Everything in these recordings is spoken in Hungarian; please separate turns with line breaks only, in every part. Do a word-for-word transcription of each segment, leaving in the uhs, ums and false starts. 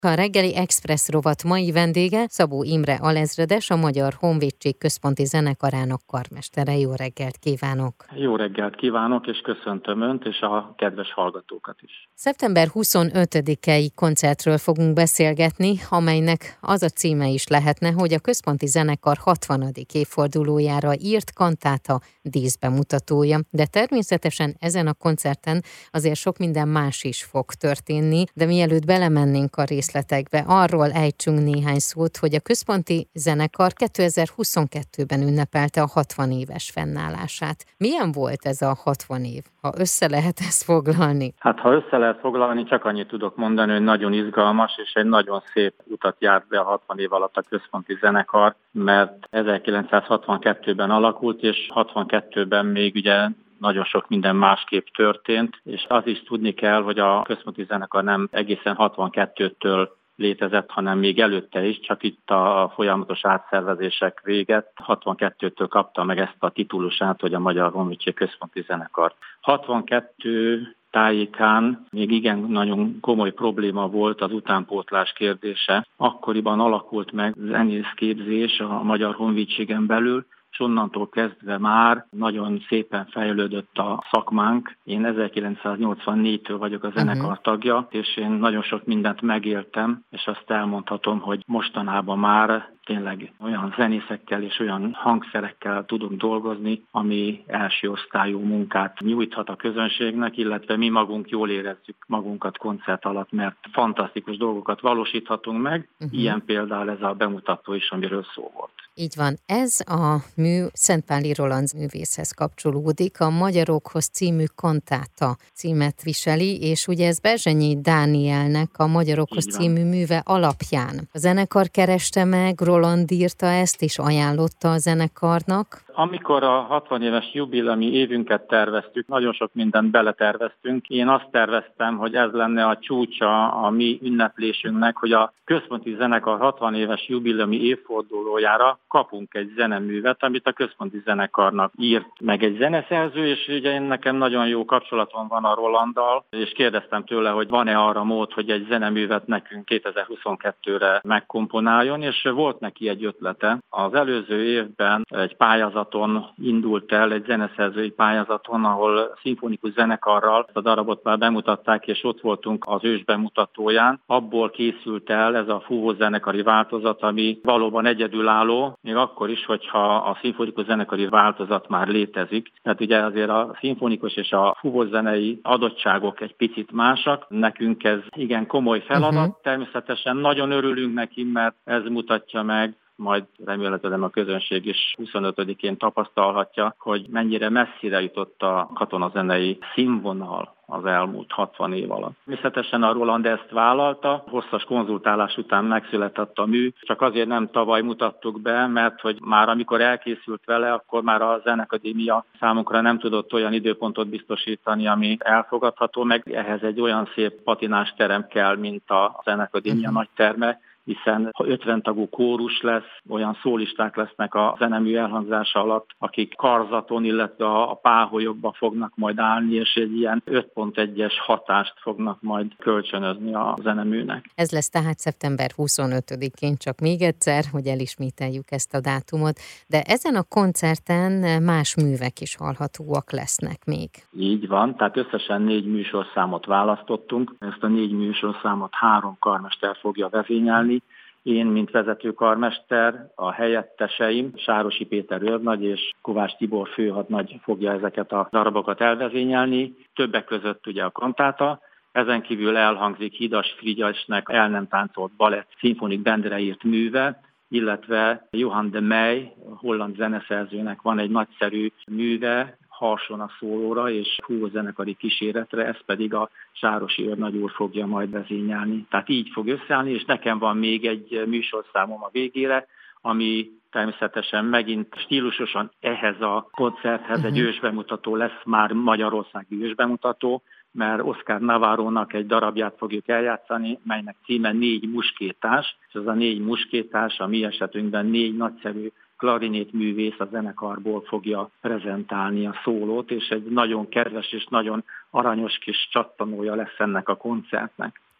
A reggeli Express rovat mai vendége Szabó Imre alezredes, a Magyar Honvédség Központi Zenekarának karmestere. Jó reggelt kívánok!
Jó reggelt kívánok, és köszöntöm Önt és a kedves hallgatókat is.
szeptember huszonötödikei koncertről fogunk beszélgetni, amelynek az a címe is lehetne, hogy a Központi Zenekar hatvanadik évfordulójára írt kantáta díszbemutatója, de természetesen ezen a koncerten azért sok minden más is fog történni, de mielőtt belemennénk a részletekbe, arról ejtsünk néhány szót, hogy a Központi Zenekar kétezer-huszonkettőben ünnepelte a hatvan éves fennállását. Milyen volt ez a hatvan év, ha össze lehet ezt foglalni?
Hát ha össze lehet foglalni, csak annyit tudok mondani, hogy nagyon izgalmas, és egy nagyon szép utat járt be a hatvan év alatt a Központi Zenekar, mert ezerkilencszázhatvankettőben alakult, és hatvankettőben még ugye nagyon sok minden másképp történt, és az is tudni kell, hogy a Központi Zenekar nem egészen hatvankettőtől létezett, hanem még előtte is, csak itt a folyamatos átszervezések véget. hatvankettőtől kapta meg ezt a titulusát, hogy a Magyar Honvédség Központi Zenekar. hatvankettő tájékán még igen nagyon komoly probléma volt az utánpótlás kérdése. Akkoriban alakult meg zenészképzés a Magyar Honvédségen belül, és onnantól kezdve már nagyon szépen fejlődött a szakmánk. Én ezerkilencszáznyolcvannégytől vagyok a zenekar tagja, és én nagyon sok mindent megéltem, és azt elmondhatom, hogy mostanában már tényleg olyan zenészekkel és olyan hangszerekkel tudunk dolgozni, ami első osztályú munkát nyújthat a közönségnek, illetve mi magunk jól érezzük magunkat koncert alatt, mert fantasztikus dolgokat valósíthatunk meg, uh-huh. Ilyen például ez a bemutató is, amiről szó volt.
Így van. Ez a mű Szentpáli Roland művészhez kapcsolódik, a Magyarokhoz című kantáta címet viseli, és ugye ez Berzsenyi Dánielnek a Magyarokhoz című műve alapján. A zenekar kereste meg, Roland írta ezt, és ajánlotta a zenekarnak.
Amikor a hatvan éves jubileumi évünket terveztük, nagyon sok mindent beleterveztünk. Én azt terveztem, hogy ez lenne a csúcsa a mi ünneplésünknek, hogy a Központi Zenekar hatvan éves jubileumi évfordulójára kapunk egy zeneművet, amit a Központi Zenekarnak írt meg egy zeneszerző, és ugye én nekem nagyon jó kapcsolatom van a Rolanddal, és kérdeztem tőle, hogy van-e arra mód, hogy egy zeneművet nekünk kétezer-huszonkettőre megkomponáljon, és volt neki egy ötlete. Az előző évben egy pályázat indult el, egy zeneszerzői pályázaton, ahol szimfonikus zenekarral a darabot már bemutatták, és ott voltunk az ős bemutatóján. Abból készült el ez a fúvós zenekari változat, ami valóban egyedülálló, még akkor is, hogyha a szimfonikus zenekari változat már létezik. Tehát ugye azért a szimfonikus és a fúvós zenei adottságok egy picit másak. Nekünk ez igen komoly feladat. Uh-huh. Természetesen nagyon örülünk neki, mert ez mutatja meg, majd remélhetően a közönség is huszonötödikén tapasztalhatja, hogy mennyire messzire jutott a katonazenei színvonal az elmúlt hatvan év alatt. Természetesen a Roland ezt vállalta, hosszas konzultálás után megszületett a mű, csak azért nem tavaly mutattuk be, mert hogy már amikor elkészült vele, akkor már a Zenekadémia számunkra nem tudott olyan időpontot biztosítani, ami elfogadható, meg ehhez egy olyan szép patinás terem kell, mint a Zenekadémia uh-huh. nagy terme, hiszen ha ötven tagú kórus lesz, olyan szólisták lesznek a zenemű elhangzása alatt, akik karzaton, illetve a páholyokba fognak majd állni, és egy ilyen öt pont egyes hatást fognak majd kölcsönözni a zeneműnek.
Ez lesz tehát szeptember huszonötödikén, csak még egyszer, hogy elismételjük ezt a dátumot, de ezen a koncerten más művek is hallhatóak lesznek még.
Így van, tehát összesen négy műsorszámot választottunk, ezt a négy műsorszámot három karmester fogja vezényelni. Én, mint vezetőkarmester, a helyetteseim, Sárosi Péter őrnagy és Kovács Tibor főhadnagy fogja ezeket a darabokat elvezényelni, többek között ugye a kantáta. Ezen kívül elhangzik Hidas Frigyesnek El nem táncolt balett szimfonik bendre írt műve, illetve Johann de Meij, holland zeneszerzőnek van egy nagyszerű műve, Harson a szólóra és fúvós zenekari kíséretre, ezt pedig a Sárosi őrnagy úr fogja majd vezényelni. Tehát így fog összeállni, és nekem van még egy műsorszámom a végére, ami természetesen megint stílusosan ehhez a koncerthez uh-huh. egy ősbemutató lesz, már magyarországi ősbemutató, mert Oscar Navarro-nak egy darabját fogjuk eljátszani, melynek címe Négy muskétás, és az a négy muskétás a mi esetünkben négy nagyszerű klarinétművész a zenekarból fogja prezentálni a szólót, és egy nagyon kedves és nagyon aranyos kis csattanója lesz ennek a koncertnek.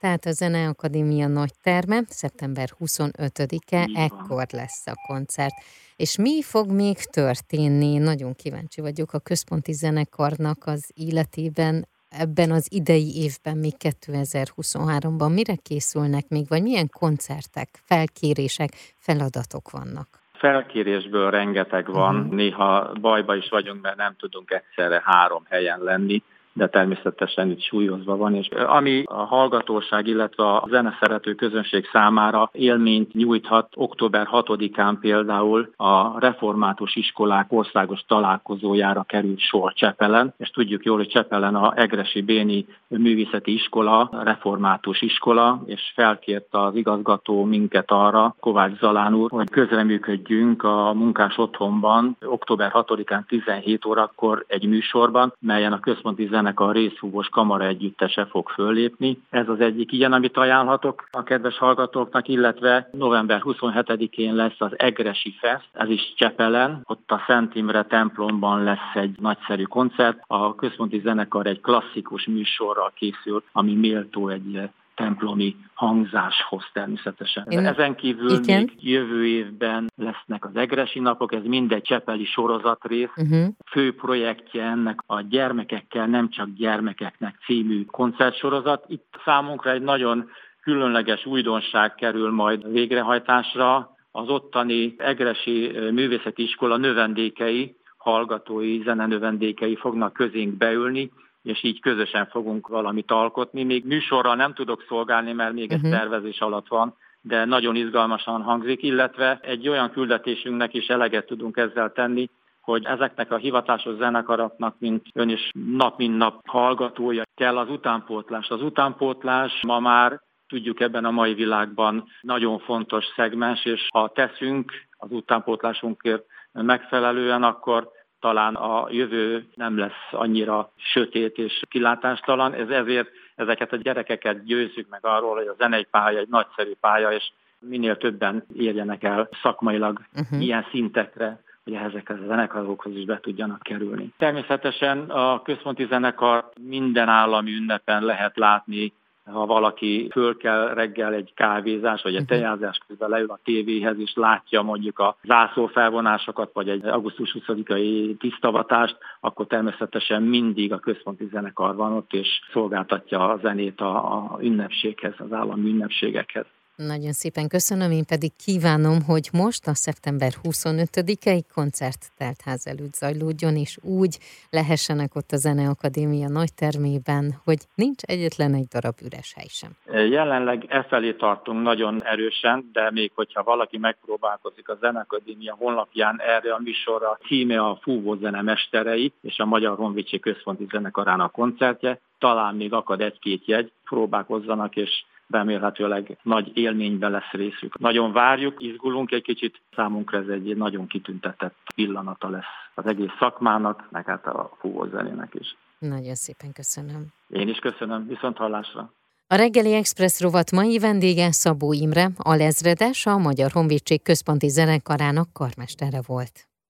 Tehát a Zeneakadémia nagy terme, szeptember huszonötödike, ekkor lesz a koncert. És mi fog még történni? Nagyon kíváncsi vagyok a központi zenekarnak az életében, ebben az idei évben, még kétezer-huszonháromban. Mire készülnek még, vagy milyen koncertek, felkérések, feladatok vannak?
Felkérésből rengeteg van, uh-huh. Néha bajba is vagyunk, mert nem tudunk egyszerre három helyen lenni, de természetesen itt súlyozva van, és ami a hallgatóság, illetve a zeneszerető közönség számára élményt nyújthat, október hatodikán például a református iskolák országos találkozójára került sor Csepelen, és tudjuk jól, hogy Csepelen a Egressy Béni Művészeti Iskola, református iskola, és felkért az igazgató minket arra, Kovács Zalán úr, hogy közreműködjünk a munkás otthonban október hatodikán tizenhét órakor egy műsorban, melyen a központi zenekar részfúvós kamara együttese fog föllépni. Ez az egyik ilyen, amit ajánlhatok a kedves hallgatóknak, illetve november huszonhetedikén lesz az Egressy Fest, ez is Csepelen, ott a Szent Imre templomban lesz egy nagyszerű koncert. A központi zenekar egy klasszikus műsorral készül, ami méltó egy templomi hangzáshoz természetesen. Én... Ezen kívül Igen. még jövő évben lesznek az Egressy napok, ez mindegy csepeli sorozatrész. Uh-huh. Fő projektje ennek a Gyermekekkel, nem csak gyermekeknek című koncertsorozat. Itt számunkra egy nagyon különleges újdonság kerül majd végrehajtásra. Az ottani Egressy Művészeti Iskola növendékei, hallgatói, zenenövendékei fognak közénk beülni, és így közösen fogunk valamit alkotni. Még műsorral nem tudok szolgálni, mert még uh-huh. egy tervezés alatt van, de nagyon izgalmasan hangzik, illetve egy olyan küldetésünknek is eleget tudunk ezzel tenni, hogy ezeknek a hivatásos zenekaraknak, mint ön is nap mint nap hallgatója, kell az utánpótlás. Az utánpótlás ma már tudjuk ebben a mai világban nagyon fontos szegmens, és ha teszünk az utánpótlásunkért megfelelően, akkor talán a jövő nem lesz annyira sötét és kilátástalan, ez ezért ezeket a gyerekeket győzzük meg arról, hogy a zenei pálya egy nagyszerű pálya, és minél többen érjenek el szakmailag uh-huh. ilyen szintekre, hogy ezekhez a zenekarokhoz is be tudjanak kerülni. Természetesen a központi zenekar minden állami ünnepen lehet látni, ha valaki föl kell reggel egy kávézás, vagy egy tejázás közben leül a tévéhez, és látja mondjuk a zászlófelvonásokat, vagy egy augusztus huszadikai tisztavatást, akkor természetesen mindig a központi zenekar van ott, és szolgáltatja a zenét a, a ünnepséghez, az állami ünnepségekhez.
Nagyon szépen köszönöm, én pedig kívánom, hogy most a szeptember huszonötödikei koncert teltház előtt zajlódjon, és úgy lehessenek ott a Zeneakadémia nagy termében, hogy nincs egyetlen egy darab üres hely sem.
Jelenleg e felé tartunk nagyon erősen, de még hogyha valaki megpróbálkozik a Zeneakadémia honlapján erre a műsorra, címe a Fúvózene mesterei és a Magyar Honvédség Központi Zenekarának koncertje, talán még akad egy-két jegy, próbálkozzanak, és remélhetőleg nagy élményben lesz részük. Nagyon várjuk, izgulunk egy kicsit, számunkra ez egy nagyon kitüntetett pillanata lesz az egész szakmának, meg hát a fúvózenének is.
Nagyon szépen köszönöm.
Én is köszönöm, viszont hallásra.
A Reggeli Express rovat mai vendége Szabó Imre, alezredes, a Magyar Honvédség Központi Zenekarának karmestere volt.